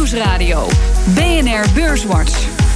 Nieuwsradio. BNR Beurswatch.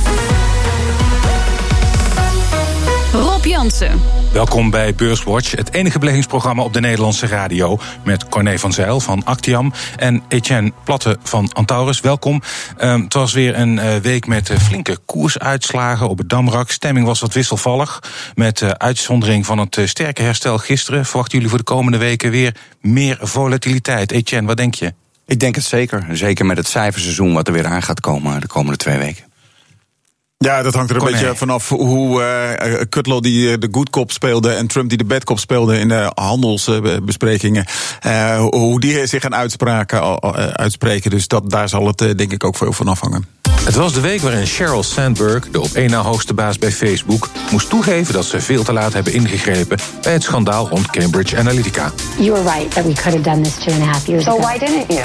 Rob Jansen. Welkom bij Beurswatch, het enige beleggingsprogramma op de Nederlandse radio. Met Corné van Zijl van Actiam en Etienne Platte van Antaurus. Welkom. Het was weer een week met flinke koersuitslagen op het Damrak. Stemming was wat wisselvallig. Met uitzondering van het sterke herstel gisteren verwachten jullie voor de komende weken weer meer volatiliteit. Etienne, wat denk je? Ik denk het zeker. Zeker met het cijferseizoen wat er weer aan gaat komen de komende 2 weken. Ja, dat hangt er een beetje vanaf hoe Kudlow die de good cop speelde en Trump die de bad cop speelde in de handelsbesprekingen. Hoe die zich gaan uitspreken. Dus daar zal het denk ik ook veel van afhangen. Het was de week waarin Sheryl Sandberg, de op één na hoogste baas bij Facebook, moest toegeven dat ze veel te laat hebben ingegrepen bij het schandaal rond Cambridge Analytica. You were right that we could have done this 2.5 years ago. So why didn't you?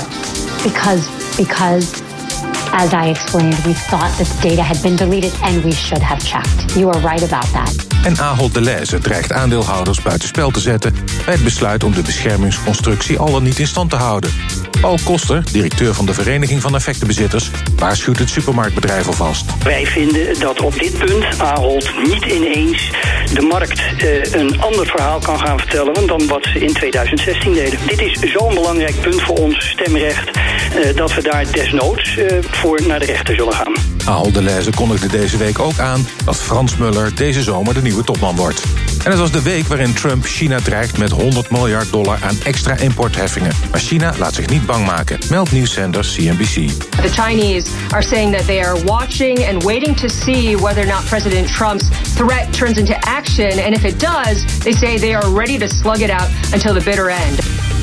Because as I explained, we thought that the data had been deleted and we should have checked. You are right about that. En Ahold Delhaize dreigt aandeelhouders buitenspel te zetten bij het besluit om de beschermingsconstructie al dan niet in stand te houden. Paul Koster, directeur van de Vereniging van Effectenbezitters, waarschuwt het supermarktbedrijf alvast. Wij vinden dat op dit punt Ahold niet ineens de markt een ander verhaal kan gaan vertellen dan wat ze in 2016 deden. Dit is zo'n belangrijk punt voor ons stemrecht dat we daar desnoods voor naar de rechter zullen gaan. Ahold Delhaize kondigde deze week ook aan dat Frans Muller deze zomer de nieuwe topman wordt. En het was de week waarin Trump China dreigt met $100 miljard aan extra importheffingen. Maar China laat zich niet bang maken, meldt nieuwszender CNBC. The Chinese are saying that they are watching and waiting to see whether or not President Trump's threat turns into action. And if it does, they say they are ready to slug it out until the bitter end.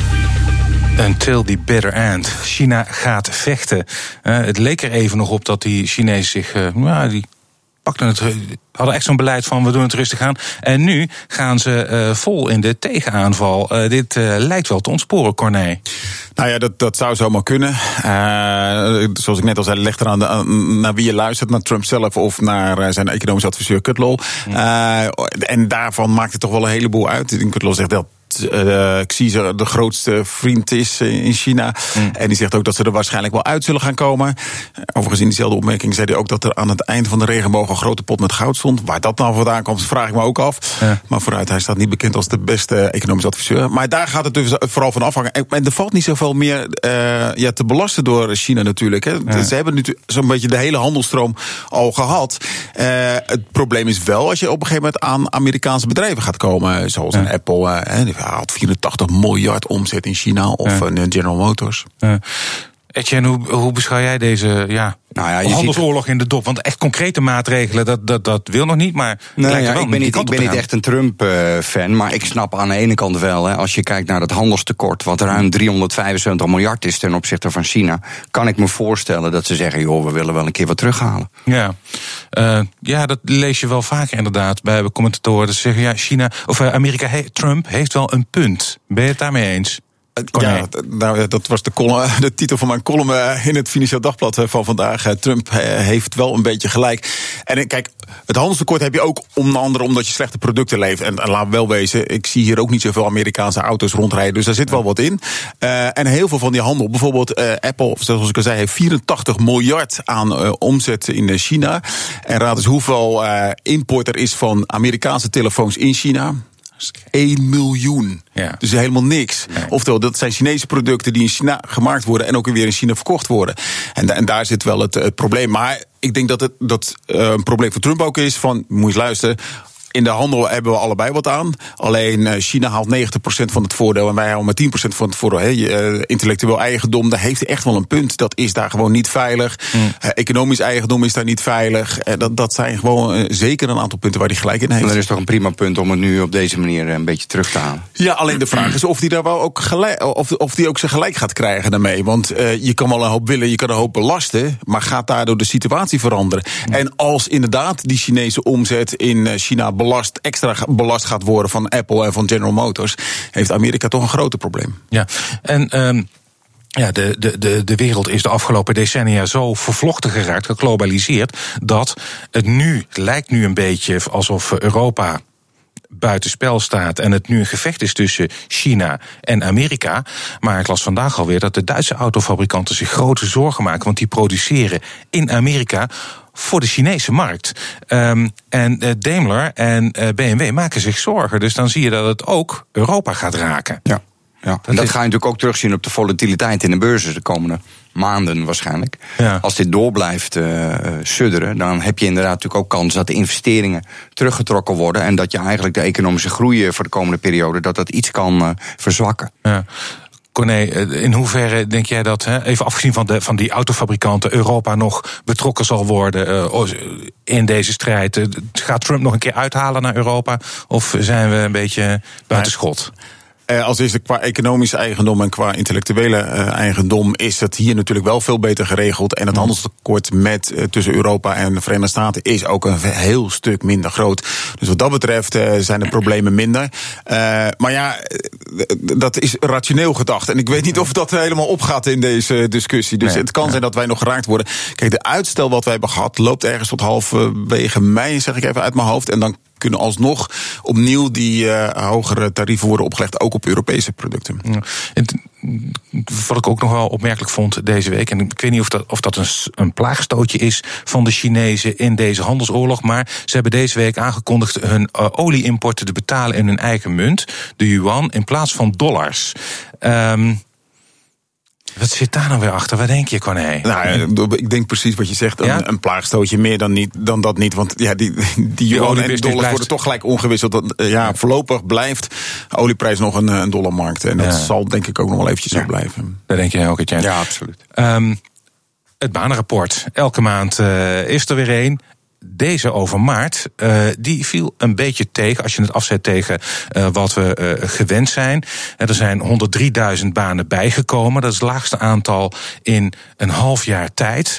Until the bitter end. China gaat vechten. Het leek er even nog op dat die Chinezen zich die pakten het, hadden echt zo'n beleid van we doen het rustig aan. En nu gaan ze vol in de tegenaanval. Dit lijkt wel te ontsporen, Corné. Nou ja, dat zou zomaar kunnen. Zoals ik net al zei, ligt eraan naar wie je luistert. Naar Trump zelf of naar zijn economisch adviseur Kudlow. En daarvan maakt het toch wel een heleboel uit. Kudlow zegt dat Xi de grootste vriend is in China. En die zegt ook dat ze er waarschijnlijk wel uit zullen gaan komen. Overigens in diezelfde opmerking zei hij ook dat er aan het eind van de regenboog een grote pot met goud stond. Waar dat nou vandaan komt, vraag ik me ook af. Ja. Maar vooruit, hij staat niet bekend als de beste economisch adviseur. Maar daar gaat het dus vooral van afhangen. En er valt niet zoveel meer te belasten door China natuurlijk. Hè. Ja. Ze hebben nu zo'n beetje de hele handelsstroom al gehad. Het probleem is wel als je op een gegeven moment aan Amerikaanse bedrijven gaat komen. Zoals een Apple. Die had 84 miljard omzet in China. Of een General Motors. Etienne, hoe beschouw jij deze handelsoorlog in de dop? Want echt concrete maatregelen, dat wil nog niet, maar ik ben niet echt een Trump-fan, maar ik snap aan de ene kant wel, als je kijkt naar het handelstekort, wat ruim 375 miljard is ten opzichte van China, kan ik me voorstellen dat ze zeggen, joh, we willen wel een keer wat terughalen. Ja, dat lees je wel vaker inderdaad bij commentatoren. Dat ze zeggen, Trump heeft wel een punt. Ben je het daarmee eens? Ja, dat was de titel van mijn column in het Financieel Dagblad van vandaag. Trump heeft wel een beetje gelijk. En kijk, het handelstekort heb je ook onder andere omdat je slechte producten levert. En laat wel wezen, ik zie hier ook niet zoveel Amerikaanse auto's rondrijden. Dus daar zit wel wat in. En heel veel van die handel, bijvoorbeeld Apple, zoals ik al zei, heeft 84 miljard aan omzet in China. En raad eens hoeveel import er is van Amerikaanse telefoons in China. 1 miljoen. Ja. Dus helemaal niks. Nee. Oftewel, dat zijn Chinese producten die in China gemaakt worden en ook weer in China verkocht worden. En daar zit wel het probleem. Maar ik denk dat het een probleem voor Trump ook is van, moet je luisteren, in de handel hebben we allebei wat aan. Alleen China haalt 90% van het voordeel en wij halen maar 10% van het voordeel. Intellectueel eigendom, daar heeft hij echt wel een punt. Dat is daar gewoon niet veilig. Economisch eigendom is daar niet veilig. Dat zijn gewoon zeker een aantal punten waar hij gelijk in heeft. Maar dat is toch een prima punt om het nu op deze manier een beetje terug te halen. Ja, alleen de vraag is of hij daar wel ook gelijk, of die ook zijn gelijk gaat krijgen daarmee. Want je kan wel een hoop willen, je kan een hoop belasten, maar gaat daardoor de situatie veranderen? En als inderdaad die Chinese omzet in China extra belast gaat worden van Apple en van General Motors, heeft Amerika toch een groter probleem. Ja, en de wereld is de afgelopen decennia zo vervlochten geraakt, geglobaliseerd, dat het lijkt nu een beetje alsof Europa buitenspel staat en het nu een gevecht is tussen China en Amerika. Maar ik las vandaag alweer dat de Duitse autofabrikanten zich grote zorgen maken, want die produceren in Amerika voor de Chinese markt. En Daimler en BMW maken zich zorgen. Dus dan zie je dat het ook Europa gaat raken. Ja. En dat ga je natuurlijk ook terugzien op de volatiliteit in de beurzen de komende maanden waarschijnlijk. Ja. Als dit door blijft sudderen, dan heb je inderdaad natuurlijk ook kans dat de investeringen teruggetrokken worden en dat je eigenlijk de economische groei voor de komende periode dat iets kan verzwakken. Ja. Corné, in hoeverre denk jij dat, even afgezien van die autofabrikanten, Europa nog betrokken zal worden in deze strijd? Gaat Trump nog een keer uithalen naar Europa? Of zijn we een beetje buitenschot? Als eerste qua economisch eigendom en qua intellectuele eigendom is het hier natuurlijk wel veel beter geregeld. En het handelstekort tussen Europa en de Verenigde Staten is ook een heel stuk minder groot. Dus wat dat betreft zijn de problemen minder. Maar ja, dat is rationeel gedacht. En ik weet niet of dat helemaal opgaat in deze discussie. Dus het kan zijn dat wij nog geraakt worden. Kijk, de uitstel wat wij hebben gehad loopt ergens tot halverwege mei, zeg ik even uit mijn hoofd. En dan kunnen alsnog opnieuw die hogere tarieven worden opgelegd, ook op Europese producten. Ja. Wat ik ook nog wel opmerkelijk vond deze week, en ik weet niet of dat een plaagstootje is van de Chinezen in deze handelsoorlog, maar ze hebben deze week aangekondigd hun olieimporten te betalen in hun eigen munt, de yuan, in plaats van dollars. Wat zit daar nou weer achter? Wat denk je, Corné? Nou, ik denk precies wat je zegt. Een plaagstootje meer dan dat niet. Want ja, die yuan en dollars worden toch gelijk ongewisseld. Voorlopig blijft de olieprijs nog een dollarmarkt. En dat zal denk ik ook nog wel eventjes zo blijven. Dat denk jij ook, Etienne? Ja, absoluut. Het banenrapport. Elke maand is er weer één. Deze over maart, die viel een beetje tegen, als je het afzet tegen wat we gewend zijn. Er zijn 103.000 banen bijgekomen. Dat is het laagste aantal in een half jaar tijd.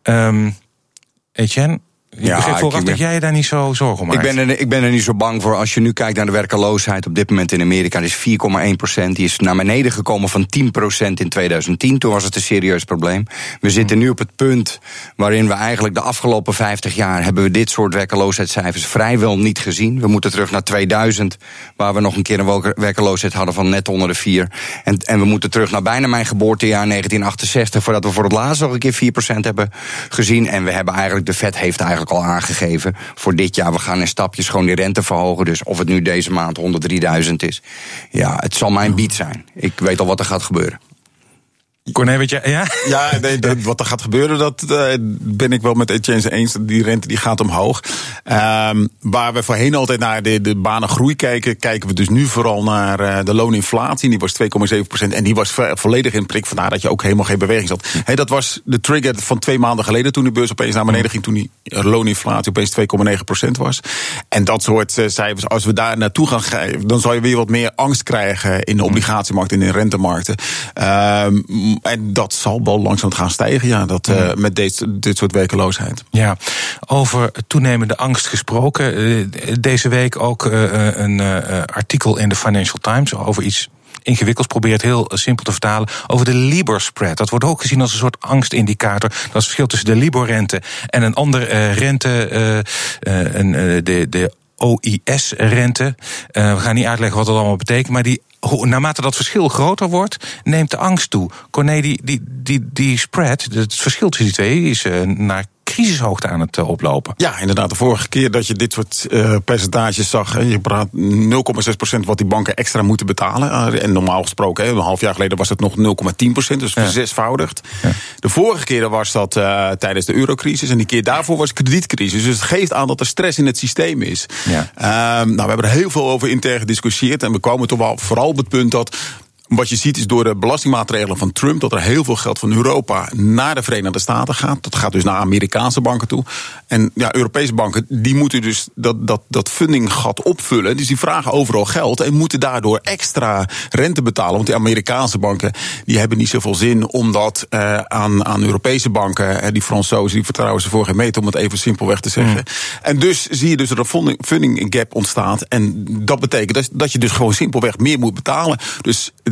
Etienne, ik begreep vooraf dat jij daar niet zo zorgen om maakt. Ik ben er niet zo bang voor. Als je nu kijkt naar de werkeloosheid op dit moment in Amerika, dat is 4,1%. Die is naar beneden gekomen van 10% in 2010. Toen was het een serieus probleem. We zitten nu op het punt waarin we eigenlijk de afgelopen 50 jaar hebben we dit soort werkeloosheidscijfers vrijwel niet gezien. We moeten terug naar 2000, waar we nog een keer een werkeloosheid hadden van net onder de 4. En we moeten terug naar bijna mijn geboortejaar 1968, voordat we voor het laatst nog een keer 4% hebben gezien. En we hebben eigenlijk, de Fed heeft eigenlijk al aangegeven voor dit jaar, we gaan in stapjes gewoon die rente verhogen. Dus of het nu deze maand 103.000 is, ja, het zal mijn beat zijn. Ik weet al wat er gaat gebeuren. Corné, weet je, ja? Ja, wat er gaat gebeuren, dat ben ik wel met Etienne eens. Die rente die gaat omhoog. Waar we voorheen altijd naar de banengroei kijken we dus nu vooral naar de looninflatie. Die was 2,7% en die was volledig in prik. Vandaar dat je ook helemaal geen beweging zat. Dat was de trigger van 2 maanden geleden, toen de beurs opeens naar beneden ging, toen die looninflatie opeens 2,9% was. En dat soort cijfers, als we daar naartoe gaan gaan, dan zal je weer wat meer angst krijgen in de obligatiemarkt en in de rentemarkten. En dat zal wel langzaam gaan stijgen, met dit soort werkeloosheid. Ja, over toenemende angst gesproken. Deze week ook een artikel in de Financial Times over iets ingewikkelds, probeert heel simpel te vertalen, over de Libor-spread. Dat wordt ook gezien als een soort angstindicator. Dat is het verschil tussen de Libor-rente en een andere rente, de OIS-rente. We gaan niet uitleggen wat dat allemaal betekent, maar naarmate dat verschil groter wordt, neemt de angst toe. Corné, die spread, het verschil tussen die twee, is naar crisishoogte aan het oplopen. Ja, inderdaad. De vorige keer dat je dit soort percentages zag, je praat 0,6% wat die banken extra moeten betalen. En normaal gesproken, een half jaar geleden was het nog 0,10%, dus verzesvoudigd. Ja. De vorige keer was dat tijdens de eurocrisis en die keer daarvoor was kredietcrisis. Dus het geeft aan dat er stress in het systeem is. Ja. We hebben er heel veel over intern gediscussieerd en we komen toch wel vooral op het punt dat wat je ziet is door de belastingmaatregelen van Trump dat er heel veel geld van Europa naar de Verenigde Staten gaat. Dat gaat dus naar Amerikaanse banken toe. En Europese banken die moeten dus dat fundinggat opvullen. Dus die vragen overal geld en moeten daardoor extra rente betalen. Want die Amerikaanse banken die hebben niet zoveel zin om dat aan Europese banken, die Fransozen, die vertrouwen ze voor geen meter, om het even simpelweg te zeggen. En dus zie je dus dat er funding gap ontstaat. En dat betekent dat je dus gewoon simpelweg meer moet betalen. Dus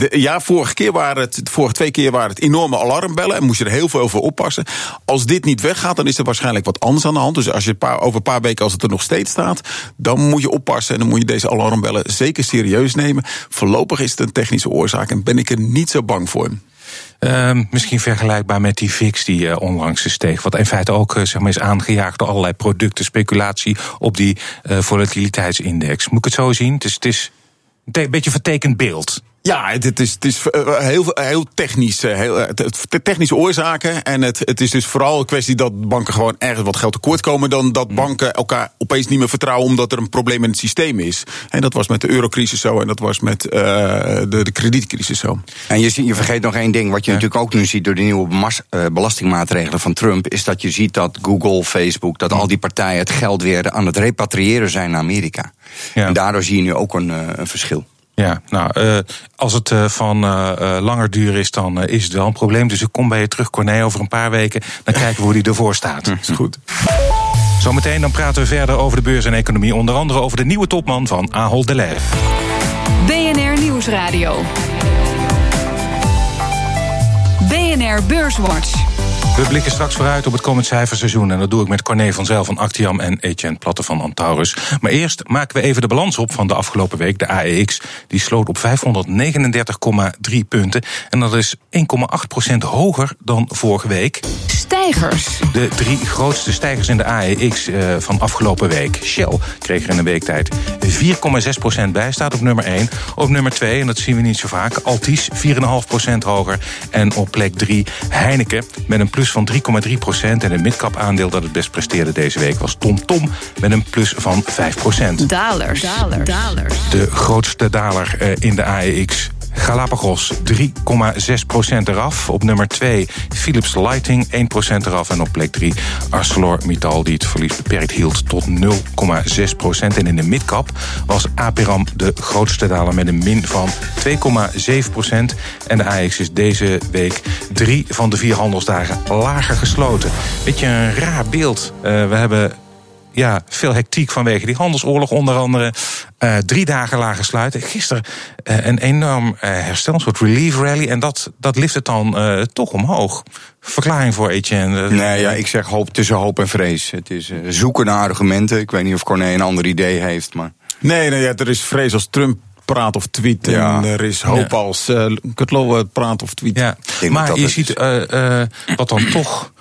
vorige 2 keer waren het enorme alarmbellen en moest je er heel veel voor oppassen. Als dit niet weggaat, dan is er waarschijnlijk wat anders aan de hand. Dus als je over een paar weken, als het er nog steeds staat, dan moet je oppassen en dan moet je deze alarmbellen zeker serieus nemen. Voorlopig is het een technische oorzaak en ben ik er niet zo bang voor. Misschien vergelijkbaar met die VIX die onlangs steeg. Wat in feite ook is aangejaagd door allerlei producten, speculatie op die volatiliteitsindex. Moet ik het zo zien? Het is een beetje vertekend beeld. Ja, het is heel technisch. Technische oorzaken. En het is dus vooral een kwestie dat banken gewoon ergens wat geld tekort komen. Dan dat banken elkaar opeens niet meer vertrouwen omdat er een probleem in het systeem is. En dat was met de eurocrisis zo en dat was met de kredietcrisis zo. En je vergeet nog één ding. Wat je natuurlijk ook nu ziet door de nieuwe belastingmaatregelen van Trump, is dat je ziet dat Google, Facebook, dat al die partijen het geld weer aan het repatriëren zijn naar Amerika. Ja. En daardoor zie je nu ook een verschil. Ja, als het van langer duur is, dan is het wel een probleem. Dus ik kom bij je terug, Corné, over een paar weken. Dan kijken we hoe die ervoor staat. Is goed. Zometeen dan praten we verder over de beurs en economie. Onder andere over de nieuwe topman van Ahold Delhaize. BNR Nieuwsradio. BNR Beurswatch. We blikken straks vooruit op het komend cijferseizoen. En dat doe ik met Corné van Zijl van Actiam en Etienne Platte van Antaurus. Maar eerst maken we even de balans op van de afgelopen week. De AEX die sloot op 539,3 punten. En dat is 1,8% hoger dan vorige week. Stijgers. De 3 grootste stijgers in de AEX van afgelopen week. Shell kreeg er in een week tijd 4,6% bij. Staat op nummer 1. Op nummer 2, en dat zien we niet zo vaak, Altis 4,5% hoger. En op plek 3 Heineken met een plus van 3,3%. En het midcap aandeel dat het best presteerde deze week was TomTom met een plus van 5%. Dalers. De grootste daler in de AEX. Galapagos 3,6% eraf. Op nummer 2 Philips Lighting 1% eraf. En op plek 3 ArcelorMittal die het verlies beperkt hield tot 0,6%. En in de midcap was Aperam de grootste daler met een min van 2,7%. En de AEX is deze week 3 van de 4 handelsdagen lager gesloten. Beetje een raar beeld. We hebben veel hectiek vanwege die handelsoorlog onder andere. 3 dagen lager sluiten. Gisteren een enorm herstel, een soort relief rally. En dat lift het dan toch omhoog. Verklaring voor Etienne? Ik zeg tussen hoop en vrees. Het is zoeken naar argumenten. Ik weet niet of Corné een ander idee heeft, maar... Nee, er is vrees als Trump praat of tweet. Ja. En er is hoop als Kutlo praat of tweet. Ja. Maar je ziet wat dan toch...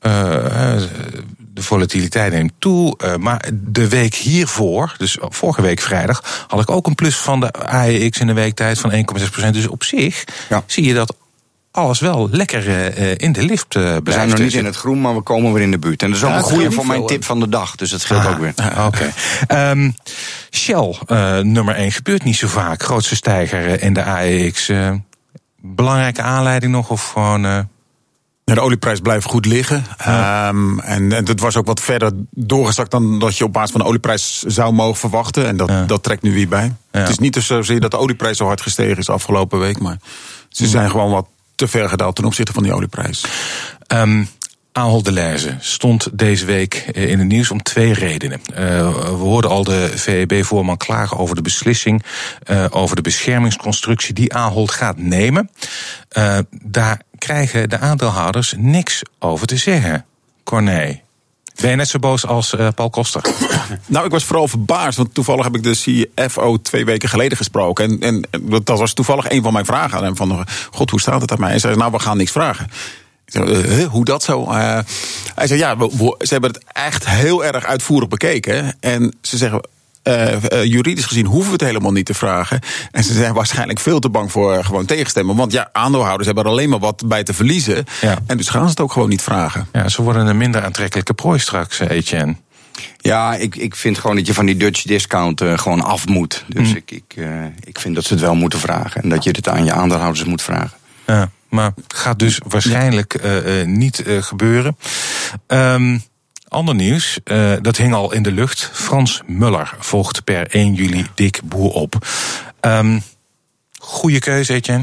de volatiliteit neemt toe. Maar de week hiervoor, dus vorige week vrijdag, had ik ook een plus van de AEX in de weektijd van 1,6%. Dus op zich zie je dat alles wel lekker in de lift blijft. We zijn nog niet in het groen, maar we komen weer in de buurt. En dat is ook een goede voor mijn tip van de dag. Dus dat scheelt ook weer. Oké. Shell, nummer 1, gebeurt niet zo vaak. Grootste stijger in de AEX. Belangrijke aanleiding nog of gewoon... De olieprijs blijft goed liggen. En dat was ook wat verder doorgezakt dan dat je op basis van de olieprijs zou mogen verwachten. En dat trekt nu weer bij. Ja. Het is niet zozeer dat de olieprijs zo hard gestegen is afgelopen week. Maar ze zijn gewoon wat te ver gedaald ten opzichte van die olieprijs. Ahold Delhaize stond deze week in het nieuws om 2 redenen. We hoorden al de VEB-voorman klagen over de beslissing over de beschermingsconstructie die Ahold gaat nemen. Daar krijgen de aandeelhouders niks over te zeggen. Corné, ben je net zo boos als Paul Koster? Nou, ik was vooral verbaasd, want toevallig heb ik de CFO 2 weken geleden gesproken. En dat was toevallig een van mijn vragen aan hem. Van, God, hoe staat het aan mij? En zei, we gaan niks vragen. Hoe dat zo? Hij zei, ze hebben het echt heel erg uitvoerig bekeken. En ze zeggen, juridisch gezien hoeven we het helemaal niet te vragen. En ze zijn waarschijnlijk veel te bang voor gewoon tegenstemmen. Want aandeelhouders hebben er alleen maar wat bij te verliezen. Ja. En dus gaan ze het ook gewoon niet vragen. Ja, ze worden een minder aantrekkelijke prooi straks, Etienne. Ja, ik vind gewoon dat je van die Dutch discount gewoon af moet. Dus ik vind dat ze het wel moeten vragen. En dat je het aan je aandeelhouders moet vragen. Ja. Maar het gaat dus waarschijnlijk niet gebeuren. Ander nieuws, dat hing al in de lucht. Frans Muller volgt per 1 juli Dick Boer op. Goeie keuze, Etienne?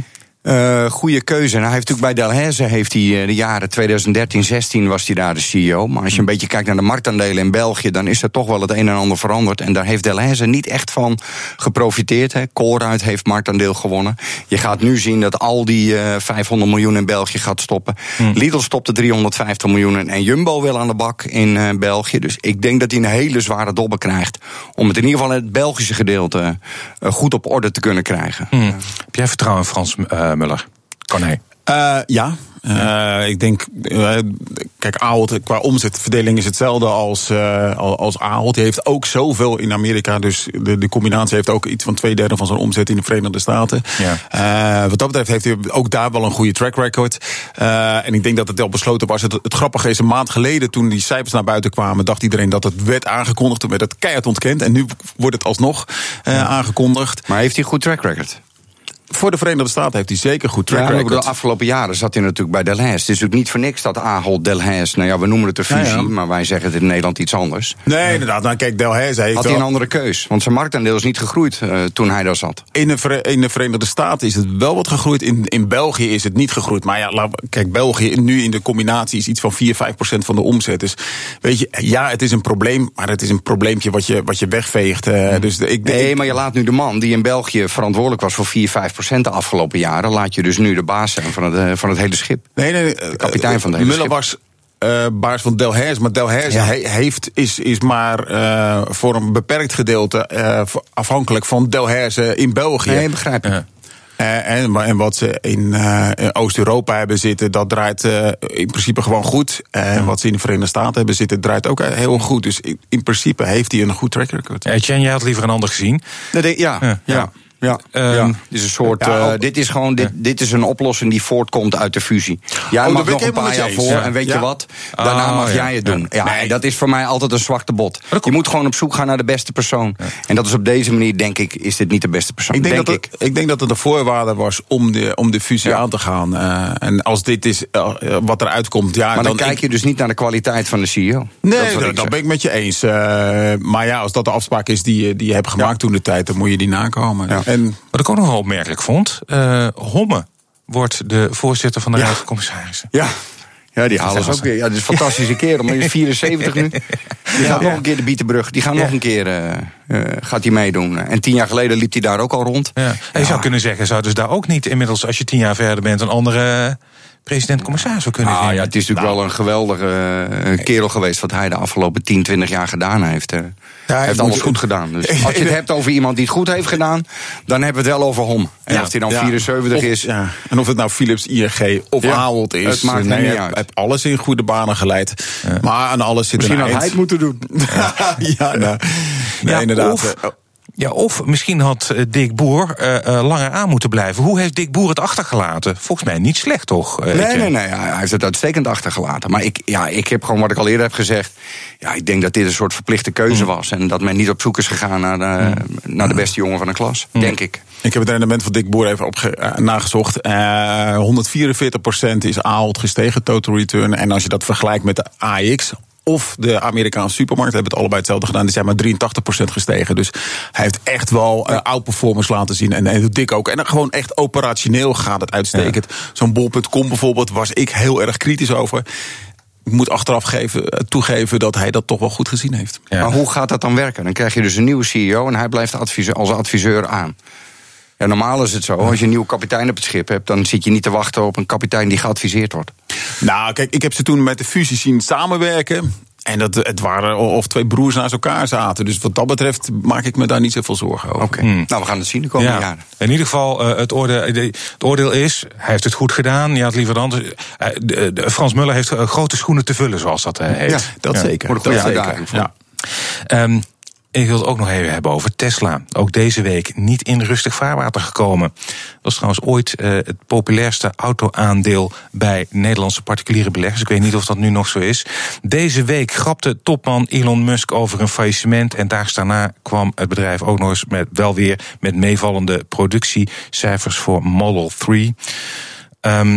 Goede keuze. Nou, hij heeft natuurlijk bij Delhaize de jaren 2013, 16 was hij daar de CEO. Maar als je een beetje kijkt naar de marktaandelen in België, dan is er toch wel het een en ander veranderd. En daar heeft Delhaize niet echt van geprofiteerd. Colruyt heeft marktaandeel gewonnen. Je gaat nu zien dat Aldi 500 miljoen in België gaat stoppen. Lidl stopte 350 miljoen en Jumbo wil aan de bak in België. Dus ik denk dat hij een hele zware dobber krijgt om het in ieder geval het Belgische gedeelte goed op orde te kunnen krijgen. Heb jij vertrouwen in Frans Muller? Corné? Ja. Ik denk, kijk, Ahold qua omzetverdeling is hetzelfde als Ahold. Die heeft ook zoveel in Amerika, dus de combinatie heeft ook iets van 2/3 van zijn omzet in de Verenigde Staten. Ja. Wat dat betreft heeft hij ook daar wel een goede track record. En ik denk dat het al besloten was. Het grappige is, een maand geleden toen die cijfers naar buiten kwamen, dacht iedereen dat het werd aangekondigd. Toen werd het keihard ontkend en nu wordt het alsnog aangekondigd. Maar heeft hij een goed track record? Voor de Verenigde Staten heeft hij zeker goed track record. De afgelopen jaren zat hij natuurlijk bij Delhaize. Het is natuurlijk niet voor niks dat Ahold Delhaize, nou ja, we noemen het een fusie, maar wij zeggen het in Nederland iets anders. Nee, inderdaad. Nou, kijk, Delhaize heeft had hij een andere keus, want zijn marktaandeel is niet gegroeid toen hij daar zat. In de Verenigde Staten is het wel wat gegroeid. In België is het niet gegroeid. Maar ja, kijk, België nu in de combinatie is iets van 4-5% van de omzet. Dus weet je, ja, het is een probleem, maar het is een probleempje wat je wegveegt. Maar je laat nu de man die in België verantwoordelijk was voor 4-5% de afgelopen jaren, laat je dus nu de baas zijn van het hele schip. Nee, de kapitein van het hele Muller schip. Was baas van Delhaize, maar Delhaize is maar voor een beperkt gedeelte afhankelijk van Delhaize in België. Nee, begrijp ik. En wat ze in Oost-Europa hebben zitten, dat draait in principe gewoon goed. En wat ze in de Verenigde Staten hebben zitten, draait ook heel goed. Dus in principe heeft hij een goed track record. Etienne, jij had liever een ander gezien? Ja, dit is een soort. Dit is een oplossing die voortkomt uit de fusie. Jij mag nog een paar jaar voor en weet je wat? Daarna mag jij het doen. En dat is voor mij altijd een zwarte bot. Je moet gewoon op zoek gaan naar de beste persoon. En dat is op deze manier, denk ik, is dit niet de beste persoon. Ik denk dat het een voorwaarde was om de fusie aan te gaan. En als dit is wat eruit komt, maar dan kijk je dus niet naar de kwaliteit van de CEO. Nee, dat ben ik met je eens. Maar ja, als dat de afspraak is die je hebt gemaakt toen de tijd, dan moet je die nakomen. Ja. Wat ik ook nog wel opmerkelijk vond, Homme wordt de voorzitter van de Raad van Commissarissen. Ja, die halen ze ook weer. Ja, dit is een fantastische kerel, maar hij is 74 nu. Die gaat nog een keer de Bietenbrug. Die gaat nog een keer gaat hij meedoen. En 10 jaar geleden liep hij daar ook al rond. Ja. Je zou kunnen zeggen, zou dus daar ook niet inmiddels, als je 10 jaar verder bent, een andere president-commissaris zou kunnen vinden? Ja, het is natuurlijk wel een geweldige kerel geweest wat hij de afgelopen 10-20 jaar gedaan heeft. Hij heeft alles goed gedaan. Dus als je het hebt over iemand die het goed heeft gedaan, dan hebben we het wel over Hom. En als hij dan 74 is. Ja. En of het nou Philips, ING of Ahold is. Het maakt niet uit. Hij heeft alles in goede banen geleid. Ja. Maar aan alles zit misschien had hij het moeten doen. Inderdaad. Of misschien had Dick Boer langer aan moeten blijven. Hoe heeft Dick Boer het achtergelaten? Volgens mij niet slecht, toch? Nee, hij heeft het uitstekend achtergelaten. Maar ik heb gewoon wat ik al eerder heb gezegd. Ja, ik denk dat dit een soort verplichte keuze was. En dat men niet op zoek is gegaan naar de beste jongen van de klas, denk ik. Ik heb het rendement van Dick Boer even nagezocht. 144% is Ahold gestegen, total return. En als je dat vergelijkt met de AX of de Amerikaanse supermarkt, hebben het allebei hetzelfde gedaan. Die zijn maar 83% gestegen. Dus hij heeft echt wel outperformance laten zien. En doet Dick ook. En dan gewoon echt operationeel gaat het uitstekend. Ja. Zo'n bol.com bijvoorbeeld was ik heel erg kritisch over. Ik moet achteraf toegeven dat hij dat toch wel goed gezien heeft. Ja. Maar hoe gaat dat dan werken? Dan krijg je dus een nieuwe CEO en hij blijft als adviseur aan. Ja, normaal is het zo, als je een nieuwe kapitein op het schip hebt, dan zit je niet te wachten op een kapitein die geadviseerd wordt. Nou, kijk, ik heb ze toen met de fusie zien samenwerken. En het waren of twee broers naast elkaar zaten. Dus wat dat betreft maak ik me daar niet zoveel zorgen over. Okay. Nou, we gaan het zien de komende jaren. In ieder geval, het oordeel is, hij heeft het goed gedaan. Ja, het liever anders. Frans Muller heeft grote schoenen te vullen, zoals dat heet. Ja, dat zeker. Voor de goede uitdaging. Ja. Ik wil het ook nog even hebben over Tesla. Ook deze week niet in rustig vaarwater gekomen. Dat was trouwens ooit het populairste auto-aandeel bij Nederlandse particuliere beleggers. Ik weet niet of dat nu nog zo is. Deze week grapte topman Elon Musk over een faillissement. En daags daarna kwam het bedrijf ook nog eens met meevallende productiecijfers voor Model 3.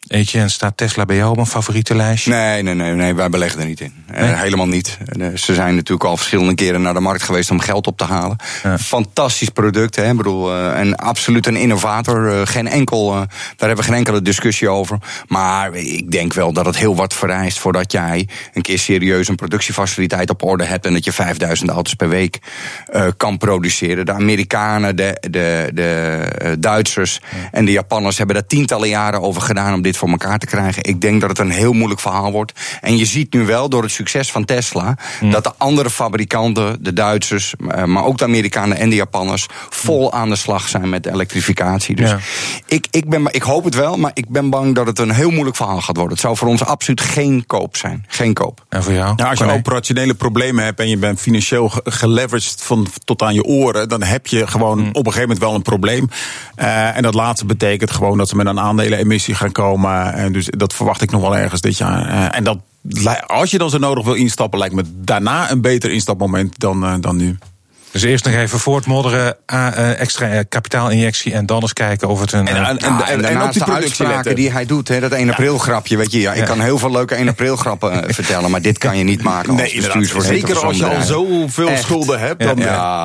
Etienne, staat Tesla bij jou op een favoriete lijstje? Nee, wij beleggen er niet in. Helemaal niet. Ze zijn natuurlijk al verschillende keren naar de markt geweest om geld op te halen. Ja. Fantastisch product, hè? Ik bedoel, en absoluut een innovator. Daar hebben we geen enkele discussie over. Maar ik denk wel dat het heel wat vereist voordat jij een keer serieus een productiefaciliteit op orde hebt en dat je 5000 auto's per week kan produceren. De Amerikanen, de Duitsers en de Japanners hebben daar tientallen jaren over gedaan om dit voor elkaar te krijgen. Ik denk dat het een heel moeilijk verhaal wordt. En je ziet nu wel door het succes van Tesla dat de andere fabrikanten, de Duitsers, maar ook de Amerikanen en de Japanners, vol aan de slag zijn met de elektrificatie. Dus ik hoop het wel, maar ik ben bang dat het een heel moeilijk verhaal gaat worden. Het zou voor ons absoluut geen koop zijn. Geen koop. En voor jou? Ja, als je operationele problemen hebt en je bent financieel geleveraged tot aan je oren, dan heb je gewoon op een gegeven moment wel een probleem. En dat laatste betekent gewoon dat ze met een aandelenemissie gaan komen. En dus dat verwacht ik nog wel ergens dit jaar. En dat, als je dan zo nodig wil instappen, lijkt me daarna een beter instapmoment dan nu. Dus eerst nog even voortmodderen, extra kapitaalinjectie en dan eens kijken of het een... En daarnaast de uitspraken die hij doet, dat 1 april grapje, weet je. Ja, ik kan heel veel leuke 1 april grappen vertellen, maar dit kan je niet maken als bestuursvoorzitter. Zeker als je al zoveel schulden hebt. Dan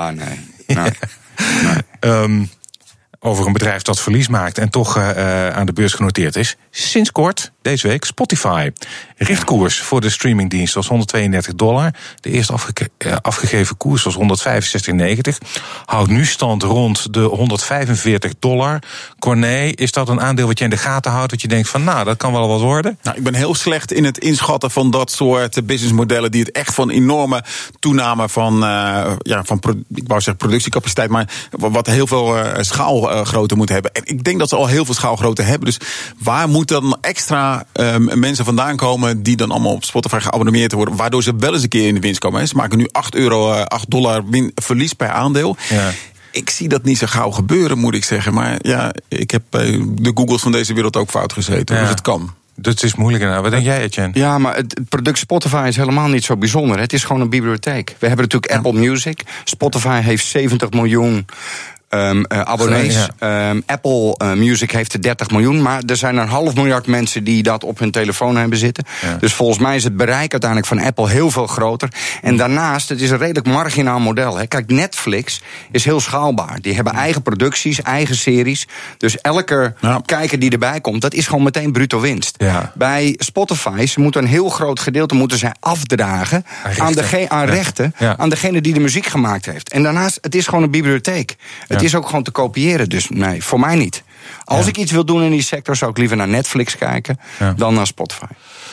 over een bedrijf dat verlies maakt en toch aan de beurs genoteerd is. Sinds kort, deze week, Spotify. Richtkoers voor de streamingdienst was $132. De eerst afgegeven koers was $165,90. Houdt nu stand rond de $145. Corné, is dat een aandeel wat je in de gaten houdt, dat je denkt van, dat kan wel wat worden? Nou, ik ben heel slecht in het inschatten van dat soort businessmodellen die het echt van enorme toename van ik wou zeggen productiecapaciteit, maar wat heel veel schaalgrootte moet hebben. En ik denk dat ze al heel veel schaalgroote hebben. Dus waar moet dan extra mensen vandaan komen die dan allemaal op Spotify geabonneerd worden, waardoor ze wel eens een keer in de winst komen. Ze maken nu $8 verlies per aandeel. Ja. Ik zie dat niet zo gauw gebeuren, moet ik zeggen. Maar ja, ik heb de Googles van deze wereld ook fout gezeten. Dus het kan. Dat is moeilijker. Wat denk jij, Etienne? Ja, maar het product Spotify is helemaal niet zo bijzonder. Het is gewoon een bibliotheek. We hebben natuurlijk Apple Music. Spotify heeft 70 miljoen abonnees. Apple Music heeft er 30 miljoen. Maar er zijn 500.000 mensen die dat op hun telefoon hebben zitten. Ja. Dus volgens mij is het bereik uiteindelijk van Apple heel veel groter. En daarnaast, het is een redelijk marginaal model. Hè. Kijk, Netflix is heel schaalbaar. Die hebben eigen producties, eigen series. Dus elke kijker die erbij komt, dat is gewoon meteen bruto winst. Ja. Bij Spotify, ze moeten een heel groot gedeelte afdragen aan rechten. Ja. Aan degene die de muziek gemaakt heeft. En daarnaast, het is gewoon een bibliotheek. Het is ook gewoon te kopiëren, dus nee, voor mij niet. Als ik iets wil doen in die sector, zou ik liever naar Netflix kijken dan naar Spotify.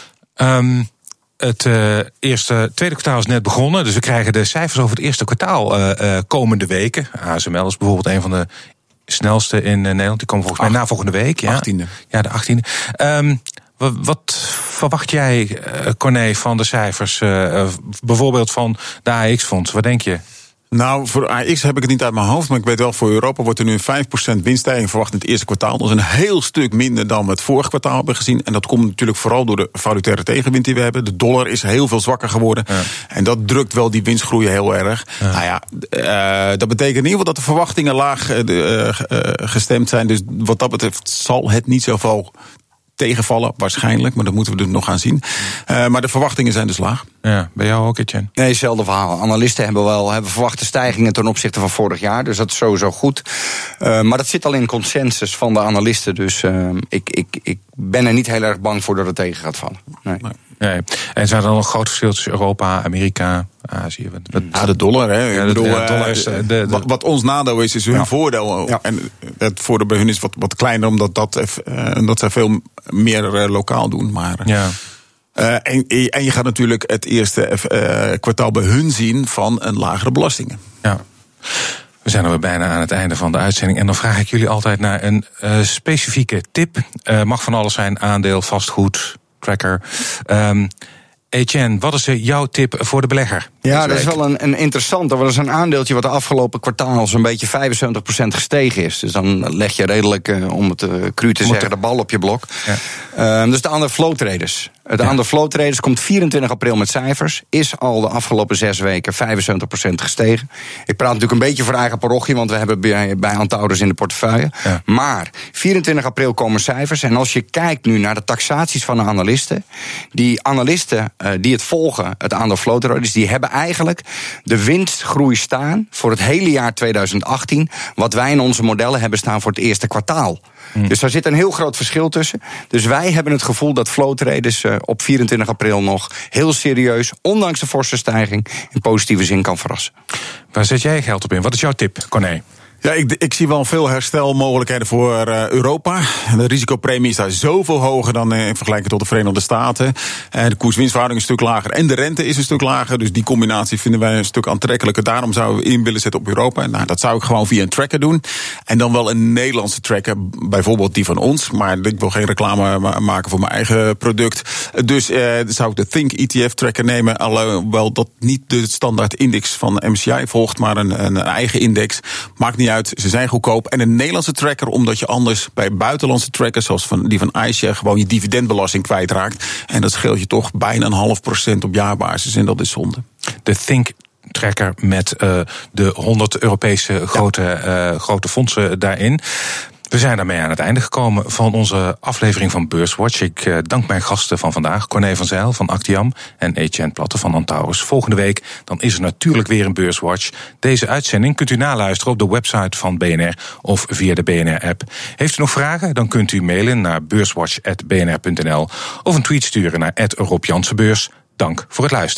Het tweede kwartaal is net begonnen, dus we krijgen de cijfers over het eerste kwartaal komende weken. ASML is bijvoorbeeld een van de snelste in Nederland. Die komen volgens mij na volgende week. 18e. Ja, de 18e. Wat verwacht jij, Corné, van de cijfers? Bijvoorbeeld van de AX-fonds, wat denk je? Nou, voor AX heb ik het niet uit mijn hoofd, maar ik weet wel, voor Europa wordt er nu een 5% winststijging verwacht in het eerste kwartaal. Dat is een heel stuk minder dan we het vorige kwartaal hebben gezien. En dat komt natuurlijk vooral door de valutaire tegenwind die we hebben. De dollar is heel veel zwakker geworden. Ja. En dat drukt wel die winstgroei heel erg. Ja. Dat betekent in ieder geval dat de verwachtingen laag gestemd zijn. Dus wat dat betreft zal het niet zoveel tegenvallen, waarschijnlijk, maar dat moeten we dus nog gaan zien. Maar de verwachtingen zijn dus laag. Ja, bij jou ook, Etienne? Nee, hetzelfde verhaal. Analisten hebben verwachte stijgingen ten opzichte van vorig jaar, dus dat is sowieso goed. Maar dat zit al in consensus van de analisten, dus ik ben er niet heel erg bang voor dat het tegen gaat vallen. Nee. En zijn er dan een groot verschil tussen Europa, Amerika, Azië? De dollar, hè. Ja, dollar is wat ons nadeel is hun voordeel. Ja. En het voordeel bij hun is wat kleiner, omdat zij veel meer lokaal doen. Maar en je gaat natuurlijk het eerste kwartaal bij hun zien van een lagere belastingen. Ja. We zijn alweer bijna aan het einde van de uitzending. En dan vraag ik jullie altijd naar een specifieke tip. Mag van alles zijn, aandeel, vastgoed, tracker. Etienne, wat is jouw tip voor de belegger? Ja, dat is wel een interessant. Er was een aandeeltje wat de afgelopen kwartaal zo'n beetje 75% gestegen is. Dus dan leg je redelijk, om het cru te zeggen, de bal op je blok. Ja. Dus de andere flow traders. Het aandeel flow traders komt 24 april met cijfers. Is al de afgelopen 6 weken 75% gestegen. Ik praat natuurlijk een beetje voor eigen parochie, want we hebben bij Antaurus in de portefeuille. Ja. Maar 24 april komen cijfers. En als je kijkt nu naar de taxaties van de analisten. Die analisten die het volgen, het aandeel flow traders, die hebben eigenlijk de winstgroei staan voor het hele jaar 2018. Wat wij in onze modellen hebben staan voor het eerste kwartaal. Dus daar zit een heel groot verschil tussen. Dus wij hebben het gevoel dat flow traders op 24 april nog heel serieus, ondanks de forse stijging, in positieve zin kan verrassen. Waar zet jij geld op in? Wat is jouw tip, Corné? Ja, ik zie wel veel herstelmogelijkheden voor Europa. De risicopremie is daar zoveel hoger dan in vergelijking tot de Verenigde Staten. De koers-winstverhouding is een stuk lager en de rente is een stuk lager. Dus die combinatie vinden wij een stuk aantrekkelijker. Daarom zouden we in willen zetten op Europa. Nou, dat zou ik gewoon via een tracker doen. En dan wel een Nederlandse tracker, bijvoorbeeld die van ons. Maar ik wil geen reclame maken voor mijn eigen product. Dus zou ik de Think ETF tracker nemen. Alhoewel dat niet de standaard index van MSCI volgt, maar een eigen index. Maakt niet uit, ze zijn goedkoop. En een Nederlandse tracker, omdat je anders bij buitenlandse trackers, zoals die van iShare, gewoon je dividendbelasting kwijtraakt. En dat scheelt je toch bijna 0,5% op jaarbasis. En dat is zonde. De Think tracker met de 100 Europese grote fondsen daarin. We zijn daarmee aan het einde gekomen van onze aflevering van Beurswatch. Ik dank mijn gasten van vandaag, Corné van Zijl van Actiam en Etienne Platte van Antaurus. Volgende week dan is er natuurlijk weer een Beurswatch. Deze uitzending kunt u naluisteren op de website van BNR of via de BNR-app. Heeft u nog vragen? Dan kunt u mailen naar beurswatch@bnr.nl of een tweet sturen naar @RobJansenbeurs. Dank voor het luisteren.